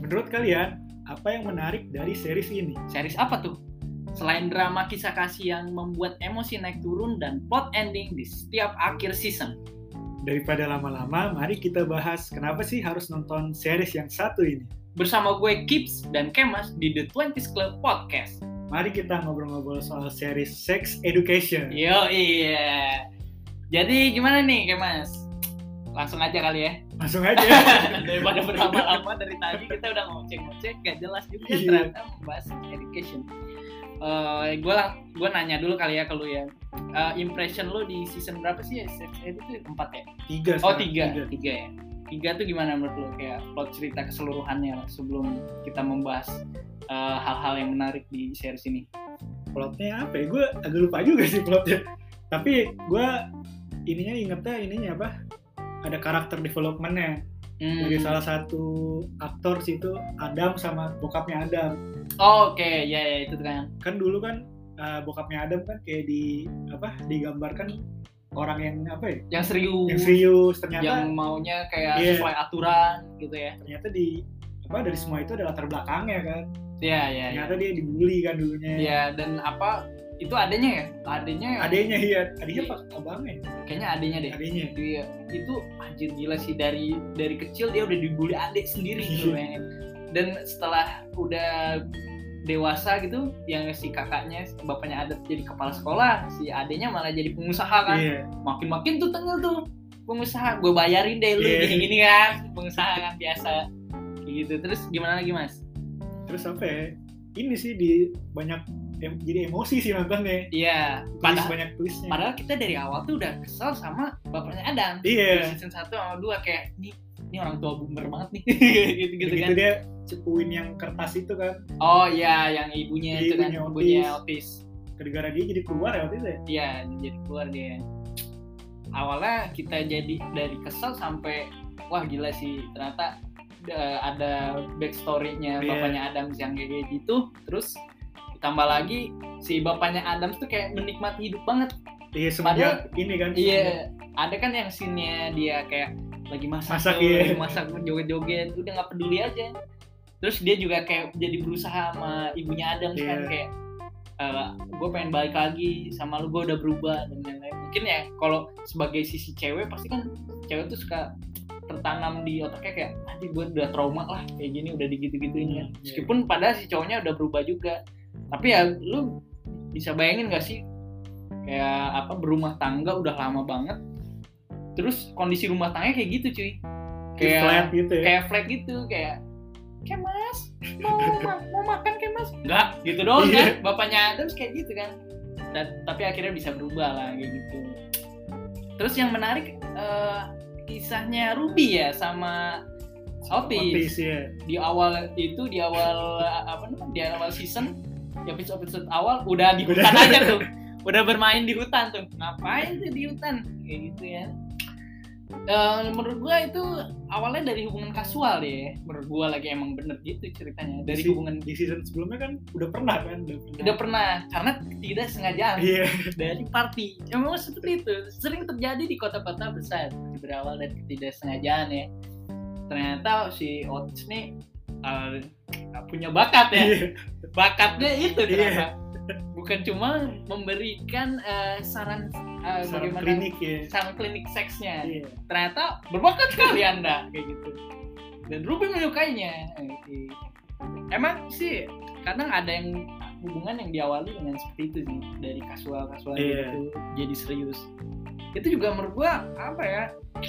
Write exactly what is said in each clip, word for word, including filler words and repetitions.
Menurut kalian, apa yang menarik dari series ini? Series apa tuh? Selain drama kisah kasih yang membuat emosi naik turun dan plot ending di setiap akhir season. Daripada lama-lama, mari kita bahas kenapa sih harus nonton series yang satu ini. Bersama gue Kips dan Kemas di The twenties Club Podcast. Mari kita ngobrol-ngobrol soal series Sex Education. Yo iya. Jadi gimana nih Kemas? Langsung aja kali ya. Langsung aja. Daripada berlama-lama dari tadi kita udah ngoceh-ngoceh, gak jelas juga Iya. ternyata membahas sex education. Uh, gue lang- gue nanya dulu kali ya ke lu ya. Uh, impression lu di season berapa sih ya? Sex Ed itu empat ya? Tiga. Oh sekarang. tiga, tiga, tiga ya. Tiga tuh gimana menurut lu kayak plot cerita keseluruhannya sebelum kita membahas uh, hal-hal yang menarik di series ini? Plotnya apa ya? Gue agak lupa juga sih plotnya. Tapi gue ininya ingetnya ininya apa? Ada karakter development-nya. Hmm. Dari salah satu aktor situ, Adam sama bokapnya Adam. Oh, oke, okay. ya, ya itu kan. Kan dulu kan uh, bokapnya Adam kan kayak di apa? Digambarkan orang yang apa ya? Yang serius. Yang serius ternyata. Yang maunya kayak yeah. sesuai aturan gitu ya. Ternyata di apa dari semua itu ada latar belakangnya kan. Iya, iya. Ternyata ya. Dia dibully kan dulunya. Iya, dan apa? Itu adanya ya? Adanya ya? Adenya iya, adanya apa? Abangnya. Kayaknya adanya deh. Adenya. Iya, itu anjir gila sih dari dari kecil dia udah dibully adik sendiri gitu kan. Dan setelah udah dewasa gitu, yang si kakaknya, bapaknya Adat jadi kepala sekolah, si adenya malah jadi pengusaha kan. Iya. Makin-makin tuh tengil tuh pengusaha, gue bayarin deh lu Iya. gini-gini kan, pengusaha kan biasa. Kayak gitu. Terus gimana lagi Mas? Terus apa ya? Ini sih di banyak em, jadi emosi sih nontonnya. Iya, Tulis padahal, banyak tulisnya. padahal kita dari awal tuh udah kesel sama bapaknya Adam. Iya. Di season satu sama dua kayak nih, ini orang tua boomer banget nih. gitu-gitu Begitu kan. dia cepuin yang kertas itu kan. Oh iya, yang ibunya itu kan, Ibunya otis. ibunya otis. Gara-gara dia jadi keluar ya waktu itu ya. Iya, jadi keluar dia. Awalnya kita jadi dari kesel sampai wah gila sih, ternyata uh, ada backstory-nya Iya. bapaknya Adams yang kayak gitu. Terus ditambah lagi si bapaknya Adams tuh kayak menikmati hidup banget. Iya semenjak ini kan. Iya, ada kan yang scene-nya dia kayak lagi masak, Masak, tuh, iya. lagi masak joget-joget, udah nggak peduli aja. Terus dia juga kayak jadi berusaha sama ibunya Adams Iya. kan kayak Uh, gue pengen balik lagi sama lu, gue udah berubah dan lain-lain. Mungkin ya kalau sebagai sisi cewek pasti kan cewek tuh suka tertanam di otaknya kayak aduh gue udah trauma lah kayak gini, udah digitu-gituin kan. Hmm, Meskipun padahal si cowoknya udah berubah juga. Tapi ya lu bisa bayangin gak sih kayak apa berumah tangga udah lama banget, terus kondisi rumah tangganya kayak gitu cuy, Kayak flat gitu ya. kayak flat gitu, kayak kayak mas mau ma- mau makan kayak mas enggak gitu doang kan. Bapaknya Adams kayak gitu kan. Dan tapi akhirnya bisa berubah lah kayak gitu. Terus yang menarik uh, kisahnya Ruby ya sama Otis. Otis ya. Di awal itu di awal apa namanya di awal season di episode episode awal udah di hutan Udah. aja tuh, udah bermain di hutan tuh. Ngapain tuh di hutan kayak gitu ya. Uh, menurut gua itu awalnya dari hubungan kasual deh. Menurut gua lagi emang bener gitu ceritanya. Dari Di- hubungan di season sebelumnya kan udah pernah kan, udah pernah. udah pernah karena tidak sengajaan Iya. dari party. Emang seperti itu sering terjadi di kota-kota besar, berawal dari ketidaksengajaan ya. Ternyata si Otis nih uh, punya bakat ya. Iya. Bakatnya itu ternyata. Iya. Bukan cuma memberikan uh, saran uh, Saran bagaimana klinik ya. saran klinik seksnya. Iya. Ternyata berbakat sekali Anda kayak gitu. Dan Ruby menyukainya. Oke. Emang sih kadang ada yang hubungan yang diawali dengan seperti itu sih, dari kasual-kasual Iya. gitu jadi serius. Itu juga menurut gua apa ya?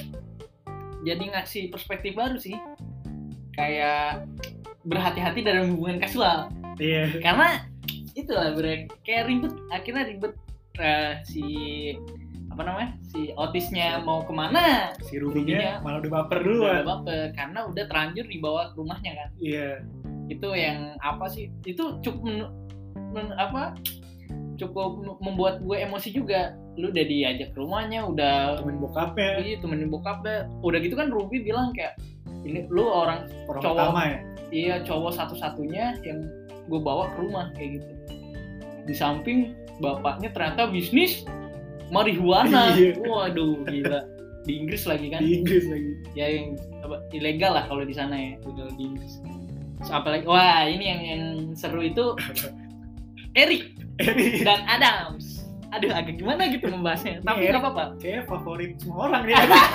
Jadi ngasih perspektif baru sih. Kayak berhati-hati dalam hubungan kasual. Iya. Karena itulah bre, kayak ribet, akhirnya ribet uh, si apa namanya si Otisnya mau kemana, Si Ruby-nya malah udah baper duluan. udah baper karena udah terlanjur dibawa ke rumahnya kan. Iya. Itu yang apa sih, itu cukup men, men- apa cukup membuat gue emosi juga. Lu udah diajak ke rumahnya, udah Temen bokapnya. iya temenin bokapnya, udah gitu kan Ruby bilang kayak ini lu orang Orang cowok pertama ya. iya cowok satu-satunya yang gue bawa ke rumah kayak gitu. Di samping bapaknya ternyata bisnis marihuana. Iya. Waduh gila. Di Inggris lagi kan. Di Inggris lagi. Ya yang apa, ilegal lah kalau di sana ya, ilegal di Inggris. So, apalagi wah ini yang yang seru itu Eric Eric dan Adams. Aduh agak gimana gitu membahasnya. Tapi nggak apa-apa. Kayak favorit semua orang nih.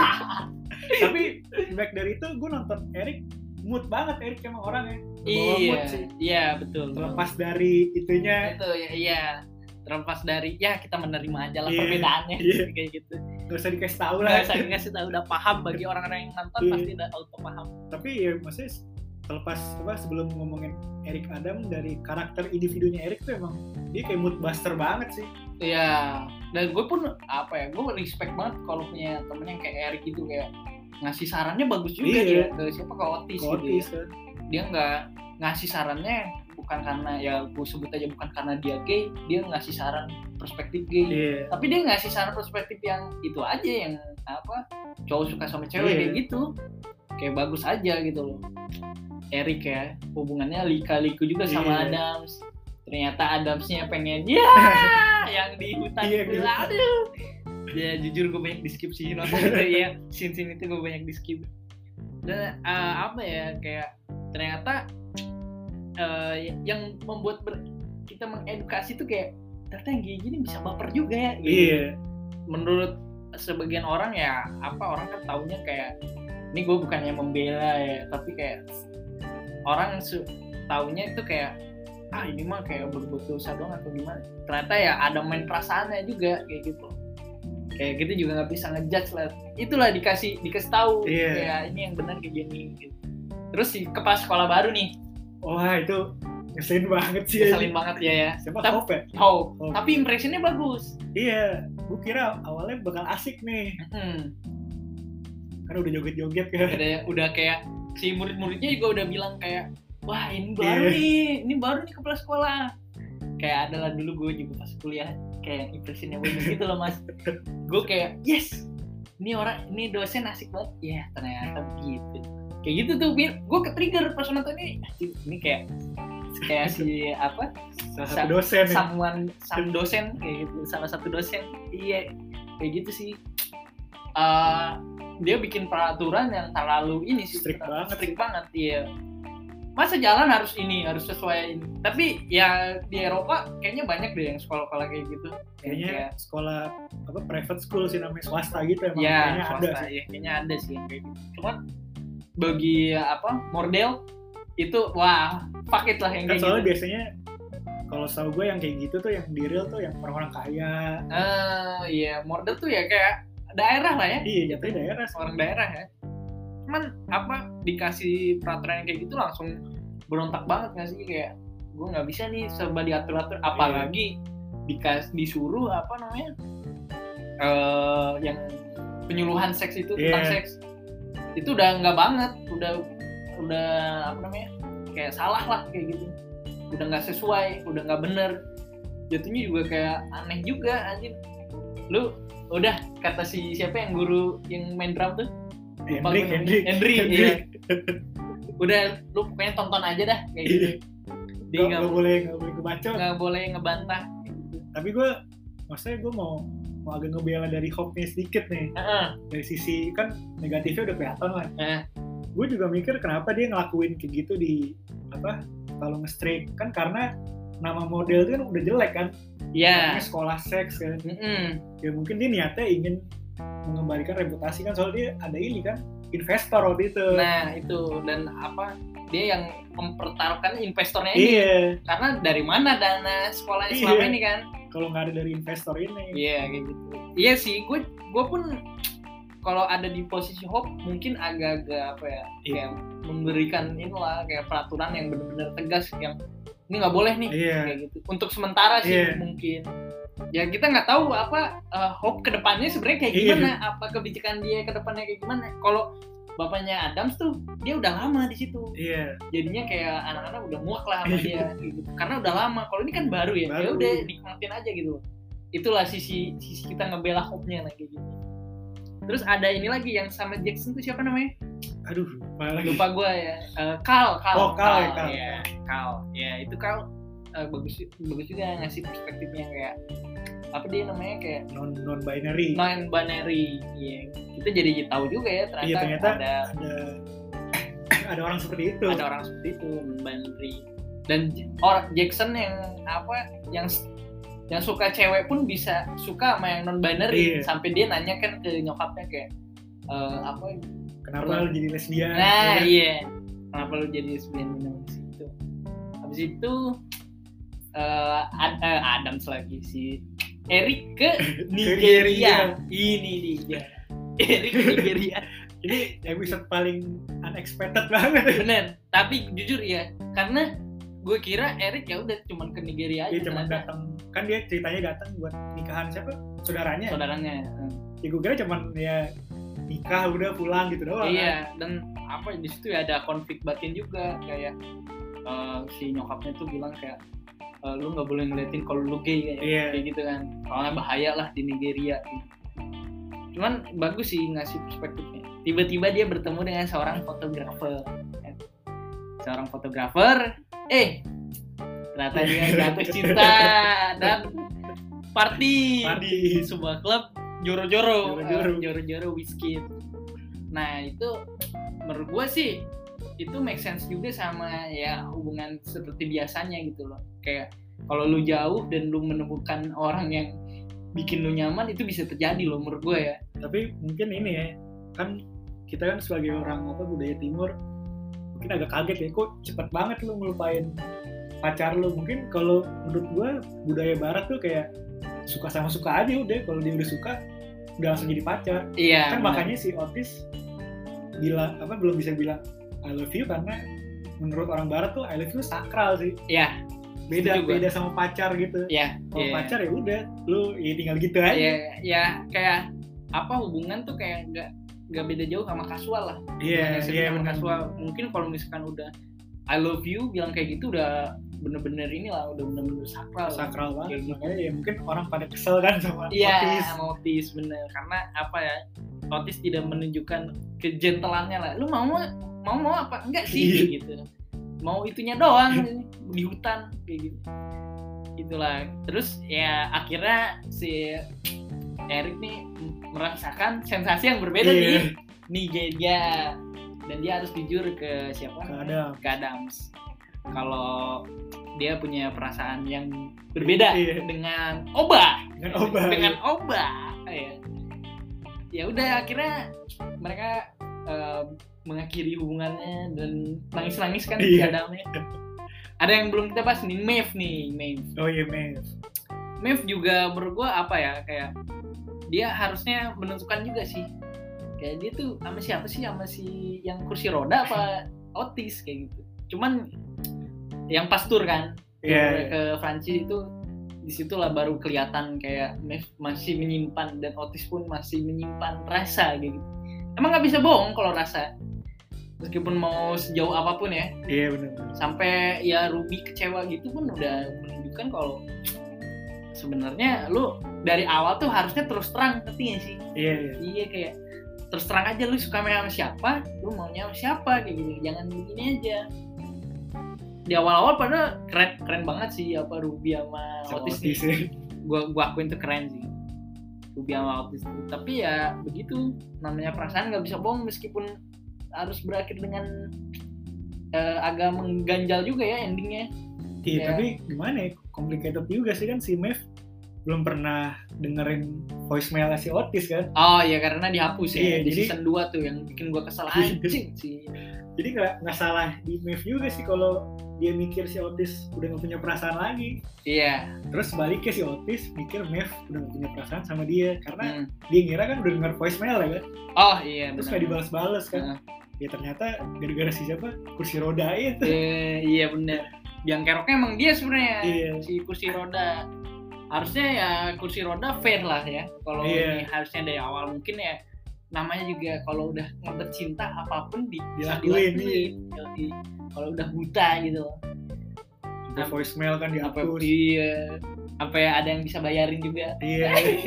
Tapi back dari itu gue nonton Eric mood banget. Eric emang orangnya. Iya, mood sih. Iya betul. Terlepas dari itunya. Itu ya, iya. Terlepas dari ya kita menerima aja lah yeah, perbedaannya yeah. kayak gitu. Gak usah dikasih tahu lah. Gak usah dikasih tahu, udah paham bagi orang-orang yang nonton yeah. Pasti udah auto paham. Tapi ya maksudnya terlepas apa sebelum ngomongin Eric Adam, dari karakter individunya Eric tuh emang dia kayak mood buster banget sih. Iya. Dan gue pun apa ya, gue respect banget kalau punya temen yang kayak Eric gitu, kayak ngasih sarannya bagus juga yeah. dia. Ke siapa, ke Otis, ke Otis gitu. Kan. Dia nggak ngasih sarannya bukan karena ya gue sebut aja bukan karena dia gay, dia ngasih saran perspektif gay. Yeah. Tapi dia ngasih saran perspektif yang itu aja, yang apa cowok suka sama cewek yeah. Kayak gitu. Kayak bagus aja gitu loh. Eric ya, hubungannya lika-liku juga sama yeah. Adams. Ternyata Adamsnya pengen ya yeah, yang di hutan yeah, itu, aduh. Ya jujur gue banyak di skip sih nonton itu ya, scene-scene itu gue banyak di skip. Dan uh, apa ya, kayak ternyata uh, yang membuat ber- kita mengedukasi tuh kayak ternyata yang kayak gini bisa baper juga ya. Gitu. Iya. Yeah. Menurut sebagian orang ya, apa orang kan taunya kayak ini gue bukannya membela ya, tapi kayak orang su- taunya itu kayak ah ini mah kayak berbuat dosa doang atau gimana. Ternyata ya ada main perasaannya juga kayak gitu. Kayak gitu juga nggak bisa ngejudge lah. Itulah dikasih dikasih tahu yeah. Kayak ini yang benar kayak gini. Gitu. Terus si kepala sekolah baru nih. Wah itu ngeselin banget sih. Ngeselin ya. banget ya ya. Siapa Hope ya? Hope. Hope. Tapi impressionnya bagus. Iya. Gue kira awalnya bakal asik nih. Hmm. Karena udah joget-joget kan. Udah, udah kayak si murid-muridnya juga udah bilang kayak wah ini baru yeah. nih, ini baru nih kepala sekolah. Kayak adalah dulu gue juga pas kuliah kayak impressionnya bagus gitu loh mas. Gue kayak yes, ini orang, ini dosen asik banget. Ya yeah, ternyata gitu. Kayak gitu tuh, gue ke-trigger pas nonton ini. Ini kayak kayak si apa? Salah satu dosen. Someone, some dosen kayak gitu, salah satu dosen. Iya, kayak gitu sih. Uh, dia bikin peraturan yang terlalu ini sih, strict banget, strict banget, iya. Masa jalan harus ini, harus sesuai ini. Tapi ya di Eropa kayaknya banyak deh yang sekolah-sekolah kayak gitu. Kayaknya kayak, sekolah apa private school sih namanya, swasta gitu emang. Ya, kayaknya swasta, ada sih. Ya, kayaknya ada sih yang kayak gitu. Cuman bagi apa model itu wah fuck it lah yang kan kayak soalnya gitu. Biasanya kalau tahu gue yang kayak gitu tuh yang di real tuh yang orang-orang kaya. Eh uh, iya, model tuh ya kayak daerah lah ya. Iya, jatuhnya daerah. Orang daerah ya. Cuman apa dikasih peraturan yang kayak gitu langsung berontak banget nggak sih, kayak gue nggak bisa nih serba diatur-atur, apalagi dikas disuruh apa namanya uh, yang penyuluhan seks itu yeah. Tentang seks itu udah nggak banget, udah udah apa namanya kayak salah lah kayak gitu, udah nggak sesuai, udah nggak bener, jatuhnya juga kayak aneh juga anjir. Lu udah kata si siapa yang guru yang main drum tuh Hendrik, Hendrik, Hendrik, iya. Udah, lu pokoknya tonton aja dah kayak gitu. Dia nggak boleh nggak boleh ngebacot, nggak boleh ngebantah. Tapi gue, maksudnya gue mau mau agak ngebela dari Hope-nya sedikit nih. Uh-uh. Dari sisi kan negatifnya udah kelihatan lah. Uh. Gue juga mikir kenapa dia ngelakuin kayak gitu di apa kalau nge-strike kan, karena nama model itu kan udah jelek kan. Iya. Yeah. Sekolah seks kan. Mm-mm. Ya mungkin dia niatnya ingin mengembalikan reputasi kan, soalnya dia ada ini kan investor waktu itu. Nah itu, dan apa dia yang mempertaruhkan investornya ini. Iya. Karena dari mana dana sekolahnya iya. selama ini kan? Kalau nggak ada dari investor ini. Iya kayak gitu. Iya sih, gue gue pun kalau ada di posisi Hope mungkin agak-agak apa ya, iya. Kayak memberikan inilah kayak peraturan yang benar-benar tegas, yang ini nggak boleh nih iya. Kayak gitu. Untuk sementara sih iya. Mungkin. Ya kita nggak tahu apa uh, Hope kedepannya sebenarnya kayak gimana, iya. Apa kebijakan dia kedepannya kayak gimana. Kalau bapaknya Adams tuh dia udah lama di situ, iya. Jadinya kayak anak-anak udah muak lah sama dia, gitu. Karena udah lama. Kalau ini kan baru ya, ya udah nikmatin aja gitu. Itulah sisi sisi kita ngebela Hope-nya lah kayak gitu. Terus ada ini lagi yang sama Jackson tuh siapa namanya? Aduh, lupa, lupa gue ya. Uh, Carl, Carl, oh Carl, ya, Carl. Ya, Carl, ya itu Carl. Uh, bagus bagus juga ngasih perspektifnya kayak apa dia namanya kayak non non binary non binary, iya. Kita jadi tahu juga ya ternyata, iya, ternyata ada, ada ada orang seperti itu. Ada orang seperti itu, non-binary. Dan orang Jackson yang apa yang yang suka cewek pun bisa suka sama yang non-binary. Iya. Sampai dia nanya kan ke nyokapnya kayak e, apa Kenapa Pernah. lu jadi lesbian? nah ya? iya kenapa lu jadi lesbian habis itu habis itu uh, Ad- uh, Adams lagi si Eric ke Nigeria. Ini dia Eric ke Nigeria. Ini episode paling unexpected banget. Bener, tapi jujur ya, karena gue kira Eric ya udah cuman ke Nigeria aja. Dia cuma ternyata datang, kan dia ceritanya datang buat nikahan siapa? Saudaranya. saudaranya. Ya gue kira cuman ya nikah udah pulang gitu doang. Iya, dan apa di situ ya ada konflik batin juga kayak uh, si nyokapnya tuh bilang kayak uh, lu nggak boleh ngeliatin kalau lu gay kayak, Iya. kayak gitu kan, soalnya bahaya lah di Nigeria. Cuman bagus sih ngasih perspektifnya. Tiba-tiba dia bertemu dengan seorang fotografer, seorang fotografer, eh ternyata dia jatuh cinta dan party, Party. di sebuah klub joro-joro, Joro-joro. uh, joro-joro whisky. Nah itu menurut gue sih itu make sense juga sama ya hubungan seperti biasanya gitu loh. Kayak kalau lu jauh dan lu menemukan orang yang bikin lu nyaman, itu bisa terjadi loh menurut gue ya. Tapi mungkin ini ya, kan kita kan sebagai orang apa budaya timur mungkin agak kaget ya, kok cepet banget lu ngelupain pacar lu. Mungkin kalau menurut gua budaya barat tuh kayak suka sama suka aja udah, kalau dia udah suka udah langsung jadi pacar. Iya. Kan benar. makanya si Otis bilang apa belum bisa bilang I love you karena menurut orang barat tuh I love you sakral sih. Iya. Beda Setuju gua. beda sama pacar gitu. Iya. Kalau iya. pacar ya udah lu ya tinggal gitu aja. Iya, ya kayak apa hubungan tuh kayak nggak nggak beda jauh sama kasual lah. Iya, Hubungan iya sama benar. kasual. Mungkin kalau misalkan udah I love you bilang kayak gitu udah bener-bener inilah, udah bener-bener sakral. Sakral banget. Kayak gitu. Makanya ya mungkin orang pada kesel kan sama Iya, Otis. sama Otis bener. Karena apa ya? Otis tidak menunjukkan kejentelannya lah. Lu mau mau mau apa? Enggak sih Iya. kayak gitu. Mau itunya doang di hutan kayak gitu. Itulah. Terus ya akhirnya si Eric nih merasakan sensasi yang berbeda Iya. di Nigeria, dan dia harus jujur ke siapa? Ke Adams. Ke Adams. Kalau dia punya perasaan yang berbeda Iya. dengan Oba. Dengan Oba, Dengan iya. Oba. Ya. Ya udah akhirnya mereka uh, mengakhiri hubungannya dan nangis-nangis kan di Iya. Adamnya. Ada yang belum kita bahas nih, Maeve nih, Maeve. Oh iya, Maeve. Maeve juga menurut gue apa ya, kayak dia harusnya menentukan juga sih. Kayak dia tuh sama siapa sih, sama si yang kursi roda apa Otis kayak gitu. Cuman yang pas tur kan Iya, tur iya. ke Prancis itu, disitulah baru kelihatan kayak Maeve masih menyimpan dan Otis pun masih menyimpan rasa gitu. Emang nggak bisa bohong kalau rasa, meskipun mau sejauh apapun ya. Iya benar. Sampai ya Ruby kecewa gitu pun udah menunjukkan kalau sebenarnya lu dari awal tuh harusnya terus terang, ngerti gak sih? Iya, iya. Iya, kayak terus terang aja lu suka sama siapa, lu maunya sama siapa kayak gitu. Jangan begini aja. Di awal-awal padahal keren keren banget sih apa Ruby sama Sama Otis Otis, nih. ya. Gua gua akuin tuh keren sih. Ruby sama Otis tuh. Tapi ya begitu, namanya perasaan nggak bisa bohong, meskipun harus berakhir dengan uh, agak mengganjal juga ya endingnya. Iya, Ya. tapi gimana ya? Complicated juga sih kan si Maeve belum pernah dengerin voicemail si Otis kan. Oh iya, karena dihapus ya Iya, di jadi- season dua tuh yang bikin gua kesel anjing sih. Jadi nggak nggak salah di Maeve juga sih kalau dia mikir si Otis udah nggak punya perasaan lagi. Iya. Terus baliknya si Otis mikir Maeve udah nggak punya perasaan sama dia karena Hmm. dia ngira kan udah denger voicemail ya kan. Oh iya Terus benar. nggak dibalas-balas kan. Nah. Ya ternyata gara-gara si siapa kursi roda itu. Eh, iya benar. Yang keroknya emang dia sebenarnya. Iya. Si kursi roda. Harusnya ya kursi roda fair lah ya. Kalau Iya. ini harusnya dari awal, mungkin ya namanya juga kalau udah ngebet cinta apapun di, bisa Dilakuin, dilakuin. Yoi. Kalau udah buta gitu. Udah voicemail kan Apa dihapus. iya. Apa ya ada yang bisa bayarin juga. Iya.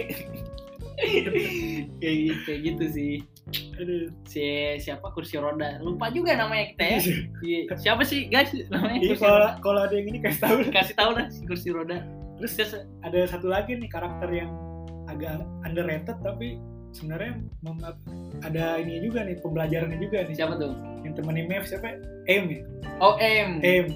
kayak gitu, kayak gitu sih. Aduh. Si siapa kursi roda. Lupa juga namanya kita ya. Iya. Siapa sih guys namanya Iya, kursi kalau roda? kalau ada yang ini kasih tahu. Kasih tahu lah si kursi roda. Terus Terus ada satu lagi nih karakter yang agak underrated tapi sebenarnya mem- ada ini juga nih pembelajarannya juga nih. siapa tuh? Yang temenin Mev siapa? M ya? Oh M. M.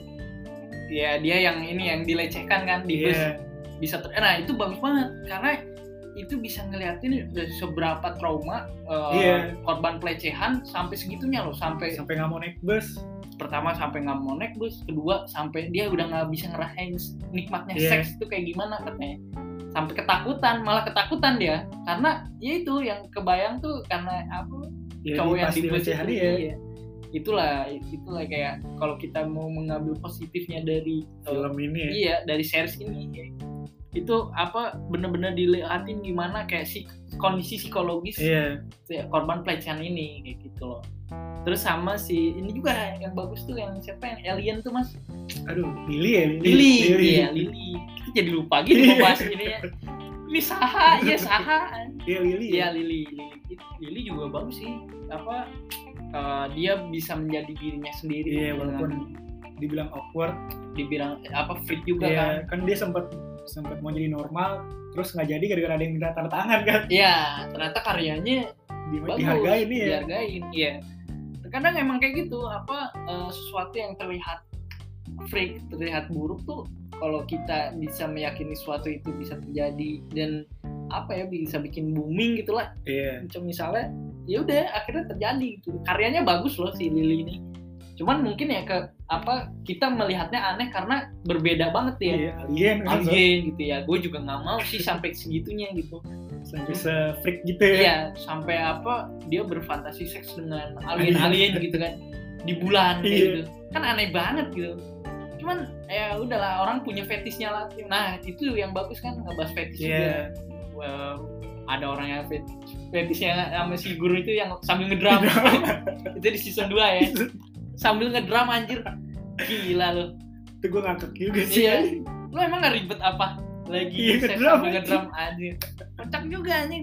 Ya dia yang ini yang dilecehkan kan di bus. Iya. Bisa ter- nah itu bagus banget karena itu bisa ngeliatin seberapa trauma uh, Iya. korban pelecehan sampai segitunya loh, sampai Sampai nggak mau naik bus. pertama sampai nggak mau naik bus, kedua sampai dia udah nggak bisa ngerasain nikmatnya Iya. seks itu kayak gimana katanya, sampai ketakutan, malah ketakutan dia karena ya itu yang kebayang tuh karena apa Ya, cowok yang pas di bus itu, dilecehan dia. iya. Itulah itulah kayak kalau kita mau mengambil positifnya dari Film ini ya. iya dari series ini kayak, itu apa benar-benar dilihatin gimana kayak si kondisi psikologis Iya. si korban pelecehan ini kayak gitu loh. Terus sama si ini juga yang bagus tuh yang siapa yang alien tuh mas? Aduh, Lily ya Lily. Lily, Lily. iya Lily. Kita jadi lupa gitu mau bahas ini ya. Ini Saha, iya Saha. Iya Lily. Iya Ya. Lily, Lily. Lily juga bagus sih. Apa uh, dia bisa menjadi dirinya sendiri. Iya, dengan- walaupun dibilang awkward. dibilang apa freak juga kan. Iya, kan dia sempat sempat mau jadi normal, terus nggak jadi gara-gara ada yang minta tanda tangan kan. Iya, ternyata karyanya Di, bagus, dihargain nih ya. dihargain, iya. Terkadang emang kayak gitu, apa uh, sesuatu yang terlihat freak, terlihat buruk tuh kalau kita bisa meyakini sesuatu itu bisa terjadi dan apa ya bisa bikin booming gitulah. Iya. Macam misalnya, ya udah akhirnya terjadi gitu. Karyanya bagus loh si Lily ini. Cuman mungkin ya ke apa kita melihatnya aneh karena berbeda banget ya. Iya, alien kan. Alien gitu ya. Gue juga nggak mau sih sampai segitunya gitu. Sampai se-freak gitu ya. Iya, sampai apa dia berfantasi seks dengan alien-alien gitu kan di bulan kayak Iya. gitu. Kan aneh banget gitu. Cuman ya udahlah orang punya fetisnya lah. Nah, itu yang bagus kan ngebahas fetis Iya. juga. Well, ada orang yang fet- fetisnya sama si guru itu yang sambil ngedrum. Itu di season dua ya. Sambil ngedrum anjir. Gila lu. Itu gue ngakak juga sih. Iya. Lu emang gak ribet apa? Lagi Iya, seks ngedrum sambil aja. ngedrum anjir. Kocak juga anjing.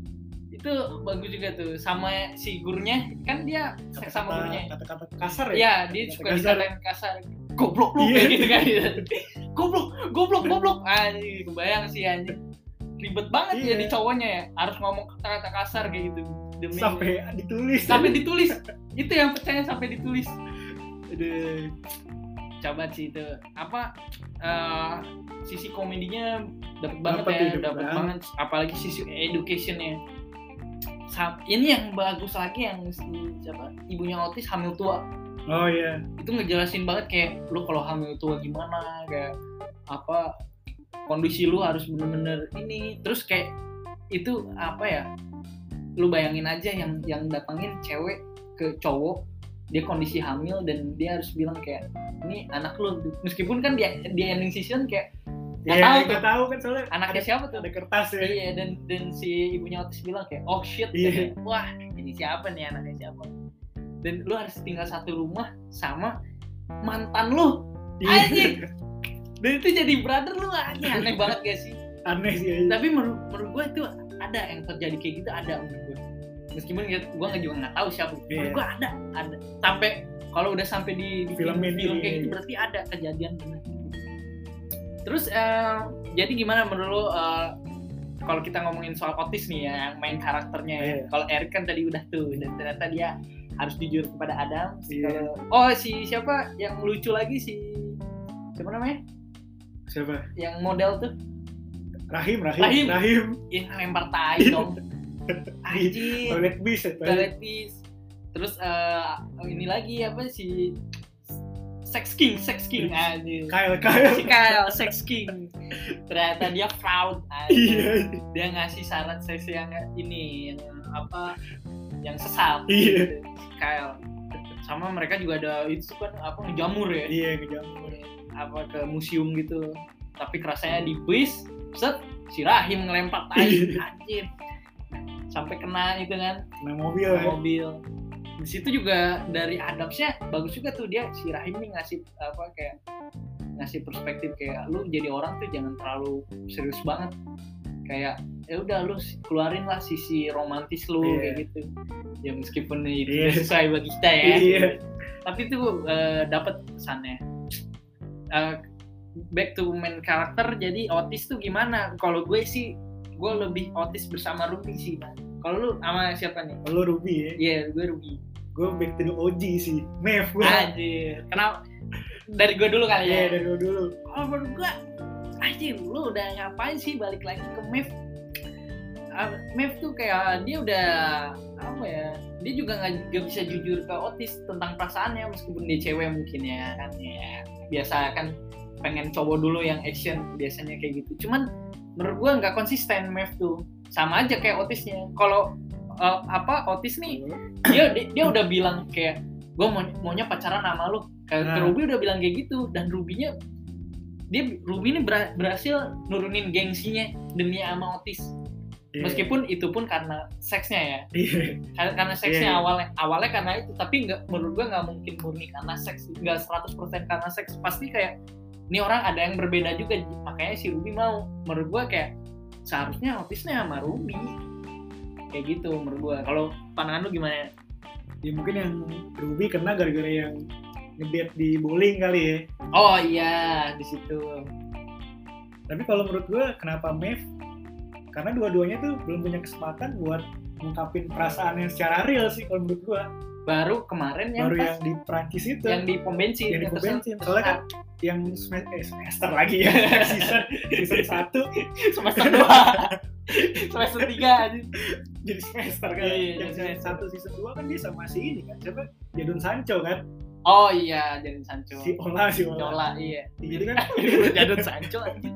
Itu bagus juga tuh. Sama si gurunya kan dia seks sama gurunya. Kata-kata kasar ya. Iya, dia Kata-kata suka kasar. dikatain kasar. Goblok lu Iya. kayak gitu kan. Goblok, goblok, goblok. Anjing, kebayang sih anjing. Ribet banget Iya. jadi cowoknya ya. Harus ngomong kata-kata kasar kayak gitu. Demi Sampai ditulis. sampai ditulis. Itu yang percaya sampai ditulis. Aduh. Coba sih itu apa uh, sisi komedinya dapat banget Dapet ya, tuh, dapet dapat banget. banget. Apalagi sisi educationnya. Sa- ini yang bagus lagi yang si siapa ibunya Otis hamil tua. Oh iya. Itu ngejelasin banget kayak lu kalau hamil tua gimana, kayak apa kondisi lu harus bener-bener ini. Terus kayak itu apa ya? Lu bayangin aja yang yang datangin cewek ke cowok, dia kondisi hamil dan dia harus bilang kayak ini anak lu. Meskipun kan dia dia ending season kayak nggak Iya, tahu tuh nggak tahu kan soalnya. anaknya ada- siapa tuh. Ada kertas ya. Iya, dan dan si ibunya Otis bilang kayak oh shit, Iya. kayak, wah ini siapa nih anaknya siapa. Dan lu harus tinggal satu rumah sama mantan lu. Anjing. Dan itu jadi brother lu anjing, aneh banget gak sih? Aneh sih. Ya. Tapi menurut menurut gue itu ada yang terjadi kayak gitu, ada menurut gue. Meskipun gue nggak juga nggak tahu siapa. Menurut Iya. gue ada, ada. Sampai kalau udah sampai di, di Film film, ini. film kayak gitu berarti ada kejadian benar. Terus eh, jadi gimana menurut lu eh, kalau kita ngomongin soal Otis nih ya, yang main karakternya ya. Iya. Kalau Eric kan tadi udah tuh dan ternyata dia harus jujur kepada Adam. Iya. Kalau oh si siapa yang lucu lagi si siapa namanya? Siapa? Yang model tuh Rahim, Rahim, Rahim. Rahim. yang lempar tai dong. Anjir. Toilet bis ya. Toilet. Toilet piece. Terus eh, ini lagi apa si Sex King, Sex King anjir. Kyle, Kyle. Si Kyle, Sex King. Ternyata dia fraud anjir. Iya. Dia ngasih syarat seks yang ini yang apa yang sesat. Iya. Gitu. Si Kyle. Sama mereka juga ada itu kan apa ngejamur ya. Iya, ngejamur. Apa ke museum gitu. Tapi kerasanya di bis, set si Rahim ngelempar tai anjir. Sampai kena itu kan. Kena mobil ya. Mobil. Di situ juga dari Adamsnya bagus juga tuh dia si Rahim nih ngasih apa kayak ngasih perspektif kayak lu jadi orang tuh jangan terlalu serius banget, kayak ya udah lu keluarin lah sisi romantis lu. Iya. Kayak gitu ya meskipun itu Iya. tidak sesuai bagi kita ya. Iya. Tapi itu uh, dapat kesannya. Uh, back to main karakter, jadi Otis tuh gimana? Kalau gue sih gue lebih Otis bersama Ruby sih. Kalau lu sama siapa nih? Lo Ruby ya. Iya, yeah, gue Ruby. gue back to the O G sih, Mev gue. Anjir, kenapa? Dari gue dulu kali ya? Iya, dari gue dulu. Kalau menurut gue, anjir lu udah ngapain sih balik lagi ke Mev? Uh, Mev tuh kayak dia udah apa ya? Dia juga nggak bisa jujur ke Otis tentang perasaannya meskipun dia cewek mungkin ya kan ya. Biasa kan pengen cowok dulu yang action biasanya kayak gitu. Cuman menurut gue nggak konsisten Mev tuh. Sama aja kayak Otisnya. Kalau uh, apa Otis nih dia dia udah bilang kayak gue mau maunya pacaran sama lu. Ke, nah. ke Ruby udah bilang kayak gitu dan Ruby-nya dia Ruby ini ber, berhasil nurunin gengsinya demi sama Otis. Yeah. Meskipun itu pun karena seksnya ya, yeah. karena, karena seksnya yeah. awalnya awalnya karena itu, tapi nggak menurut gue nggak mungkin murni karena seks, nggak seratus persen karena seks, pasti kayak ini orang ada yang berbeda juga, makanya si Ruby mau. Menurut gue kayak seharusnya Otisnya sama Ruby kayak gitu menurut gue. Kalau pandangan lu gimana? Ya mungkin yang Ruby kena gara-gara yang ngedate di bowling kali ya. Oh iya di situ. Tapi kalau menurut gue kenapa Mev? Karena dua-duanya tuh belum punya kesempatan buat ngungkapin perasaannya secara real sih kalau menurut gua. Baru kemarin yang baru pas, yang di Prancis itu. Yang di pom bensin. Yang di pom bensin. Soalnya kan yang semester, eh, semester lagi ya. season season satu semester dua semester tiga aja. Jadi semester kan. Iya, iya, yang season satu season dua kan dia sama si ini kan. Siapa? Jadon Sancho kan. Oh iya, Jadon Sancho. Si Ola, si Ola. Ola iya. Jadi kan Jadon Sancho aja.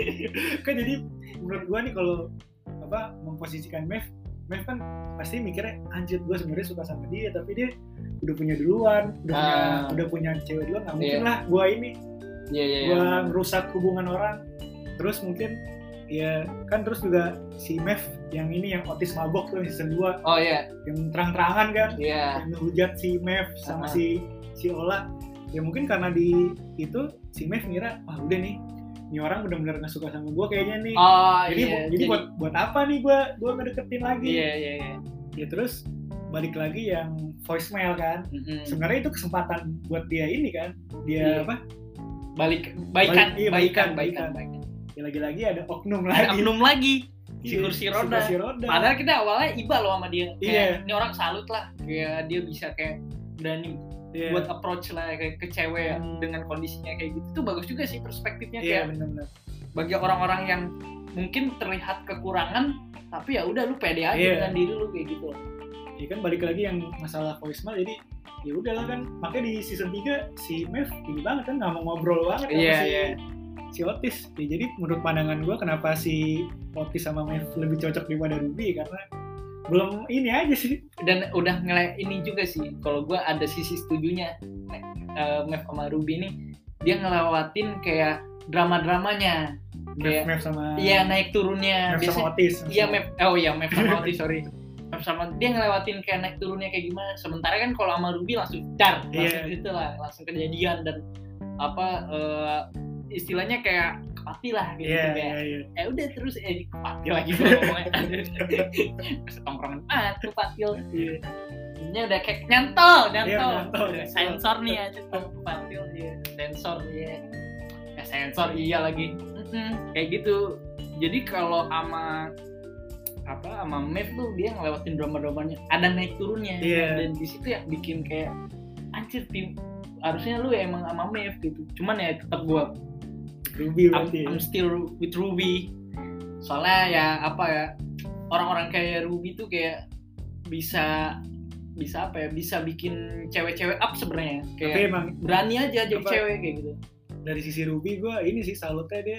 Kan jadi menurut gua nih kalau apa memposisikan Mev, Mev kan pasti mikirnya anjir gua sebenarnya suka sama dia tapi dia udah punya duluan, udah uh, punya udah punya cewek duluan, nggak mungkin yeah. lah gua ini yeah, yeah, gua yeah. ngerusak hubungan orang. Terus mungkin ya kan terus juga si Mev yang ini yang Otis mabok tuh season dua. Oh iya. Yeah. Yang terang-terangan kan, yeah. yang ngehujat si Mev sama uh-huh. si si Ola. Ya mungkin karena di itu si Mev ngira ah udah nih ini orang benar-benar nggak suka sama gue kayaknya nih. Oh, jadi iya. jadi buat buat apa nih gue gue ngedeketin lagi? Iya iya iya. Ya terus balik lagi yang voicemail kan. Mm-hmm. Sebenarnya itu kesempatan buat dia ini kan. Dia yeah. apa? Balik baikan Balik, iya, baikan baikan, baikan. baikan. Ya lagi-lagi ada oknum lagi. Ada oknum lagi. Si yeah, kursi roda. Si kursi roda. Padahal kita awalnya iba loh sama dia. Kayak yeah. ini orang salut lah. Kayak dia bisa kayak berani yeah. buat approach lah kayak ke cewek hmm. dengan kondisinya kayak gitu. Itu bagus juga sih perspektifnya yeah, kayak benar-benar. Bagi orang-orang yang mungkin terlihat kekurangan tapi ya udah lu pede aja yeah. dengan diri lu kayak gitu. Ya kan balik lagi yang masalah voicemail jadi ya udahlah kan makanya di season tiga si Mev ini banget kan nggak mau ngobrol banget sama yeah, si yeah. si Otis. Ya, jadi menurut pandangan gue kenapa si Otis sama Mev lebih cocok daripada Ruby karena belum ini aja sih. Dan udah ngele ini juga sih kalau gue ada sisi setujunya uh, Mev sama Ruby ini dia ngelewatin kayak drama-dramanya kayak Mev sama iya naik turunnya Mev sama Otis. Iya Mev oh iya Mev sama Otis sorry Mev sama dia ngelewatin kayak naik turunnya kayak gimana. Sementara kan kalau sama Ruby langsung dar langsung yeah. gitu lah langsung kejadian dan apa uh, istilahnya kayak kepati lah gitu yeah, kayak yeah, yeah. eh udah terus eh kepati lagi ngomongnya setongkrongan ah kepatil yeah. ini udah kayak nyantol nyantol, yeah, nyantol sensor nih aja tuh kepatil ya sensor ya ya sensor iya lagi mm-hmm. kayak gitu. Jadi kalau ama apa sama Mev tuh dia ngelewatin drama-dramanya ada naik turunnya yeah. dan di situ yang bikin kayak anjir tim harusnya lu emang sama Mev gitu. Cuman ya tetap gua Ruby I'm, I'm still with Ruby. Soalnya ya apa ya orang-orang kayak Ruby tuh kayak bisa bisa apa ya bisa bikin cewek-cewek up sebenarnya kayak tapi emang berani aja jadi cewek kayak gitu. Dari sisi Ruby gue ini sih salutnya dia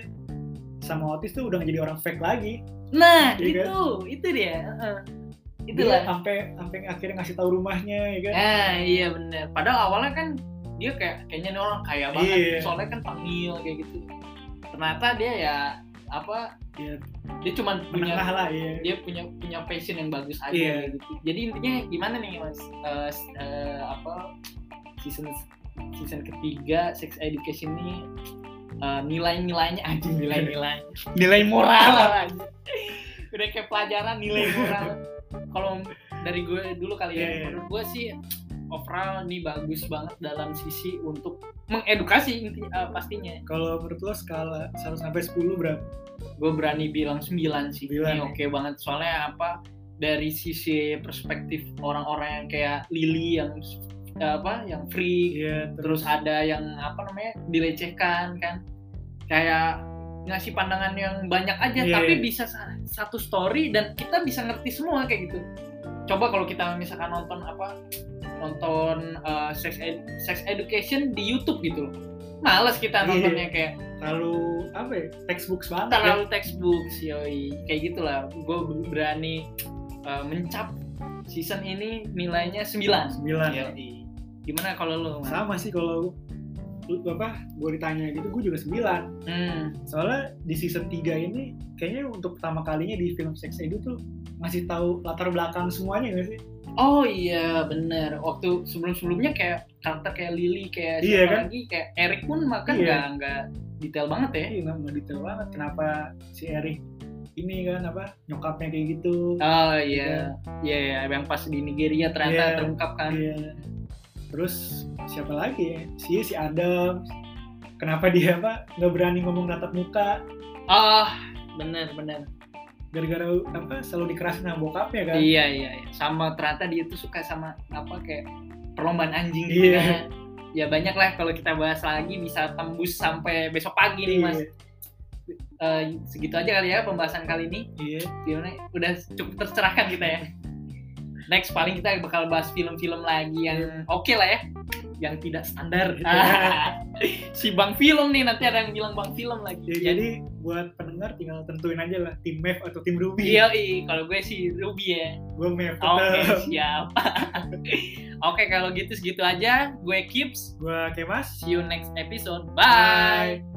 sama Otis tuh udah nggak jadi orang fake lagi. Nah ya itu kan? Itu dia uh, itulah sampai sampai akhirnya ngasih tahu rumahnya ya kan. Ah iya benar. Padahal awalnya kan dia kayak kayaknya nih orang kaya banget yeah. soalnya kan tangil kayak gitu. Ternyata dia ya apa ya, dia cuma punya lah, ya. dia punya punya passion yang bagus aja yeah. gitu. Jadi intinya gimana nih mas uh, uh, apa season season ketiga Sex Education ini uh, nilai-nilainya aja nilai-nilai nilai moral aja udah kayak pelajaran nilai moral. Kalau dari gue dulu kali ya yeah. menurut gue sih overall ini bagus banget dalam sisi untuk mengedukasi intinya uh, pastinya. Kalau menurut lo skala satu sampai sepuluh berapa? Gue berani bilang sembilan sih. sembilan, ini oke okay banget soalnya apa dari sisi perspektif orang-orang yang kayak Lily yang apa yang free, yeah, terus. terus ada yang apa namanya dilecehkan kan, kayak ngasih pandangan yang banyak aja, yeah. tapi bisa satu story dan kita bisa ngerti semua kayak gitu. Coba kalau kita misalkan nonton apa nonton uh, sex ed- sex education di YouTube gitu, males kita nontonnya, yeah. kayak terlalu apa ya, textbook banget, terlalu ya? textbook yoi kayak gitulah. Gue berani uh, mencap season ini nilainya sembilan. sembilan. Yoi. Gimana kalau lo? Sama sih kalau apa gue ditanya gitu, gue juga sembilan. Hmm. Soalnya di season tiga ini kayaknya untuk pertama kalinya di film Sex Edu tuh ngasih tahu latar belakang semuanya nggak sih? Oh iya bener. Waktu sebelum-sebelumnya kayak karakter kayak Lily, kayak iya, siapa kan? lagi, kayak Eric pun makan nggak iya. nggak detail banget ya? Iya nggak detail banget. Kenapa si Eric ini kan apa nyokapnya kayak gitu? Oh iya, iya ya, yang pas di Nigeria ternyata yeah. terungkap kan. Iya. Terus siapa lagi ya? Si si Adam. Kenapa dia apa nggak berani ngomong tatap muka? Ah, oh, bener bener. Gara-gara apa selalu dikerasin sama bokapnya kan? Iya iya. Sama ternyata dia tuh suka sama apa kayak perlombaan anjing gitu iya. kan. Ya banyak lah kalau kita bahas lagi bisa tembus sampai besok pagi nih mas. Iya. Uh, segitu aja kali ya pembahasan kali ini. Iya. Gimana? Udah cukup tercerahkan kita ya. Next paling kita bakal bahas film-film lagi yang oke okay lah ya, yang tidak standar. Si Bang Film nih, nanti ada yang bilang Bang Film lagi. Ya, jadi buat pendengar tinggal tentuin aja lah tim Mev atau tim Ruby. Iya, kalau gue sih Ruby ya. Gue Mev. Oke, okay, siap. Oke, okay, kalau gitu segitu aja. Gue Kips. Gue Kemas. See you next episode. Bye. Bye.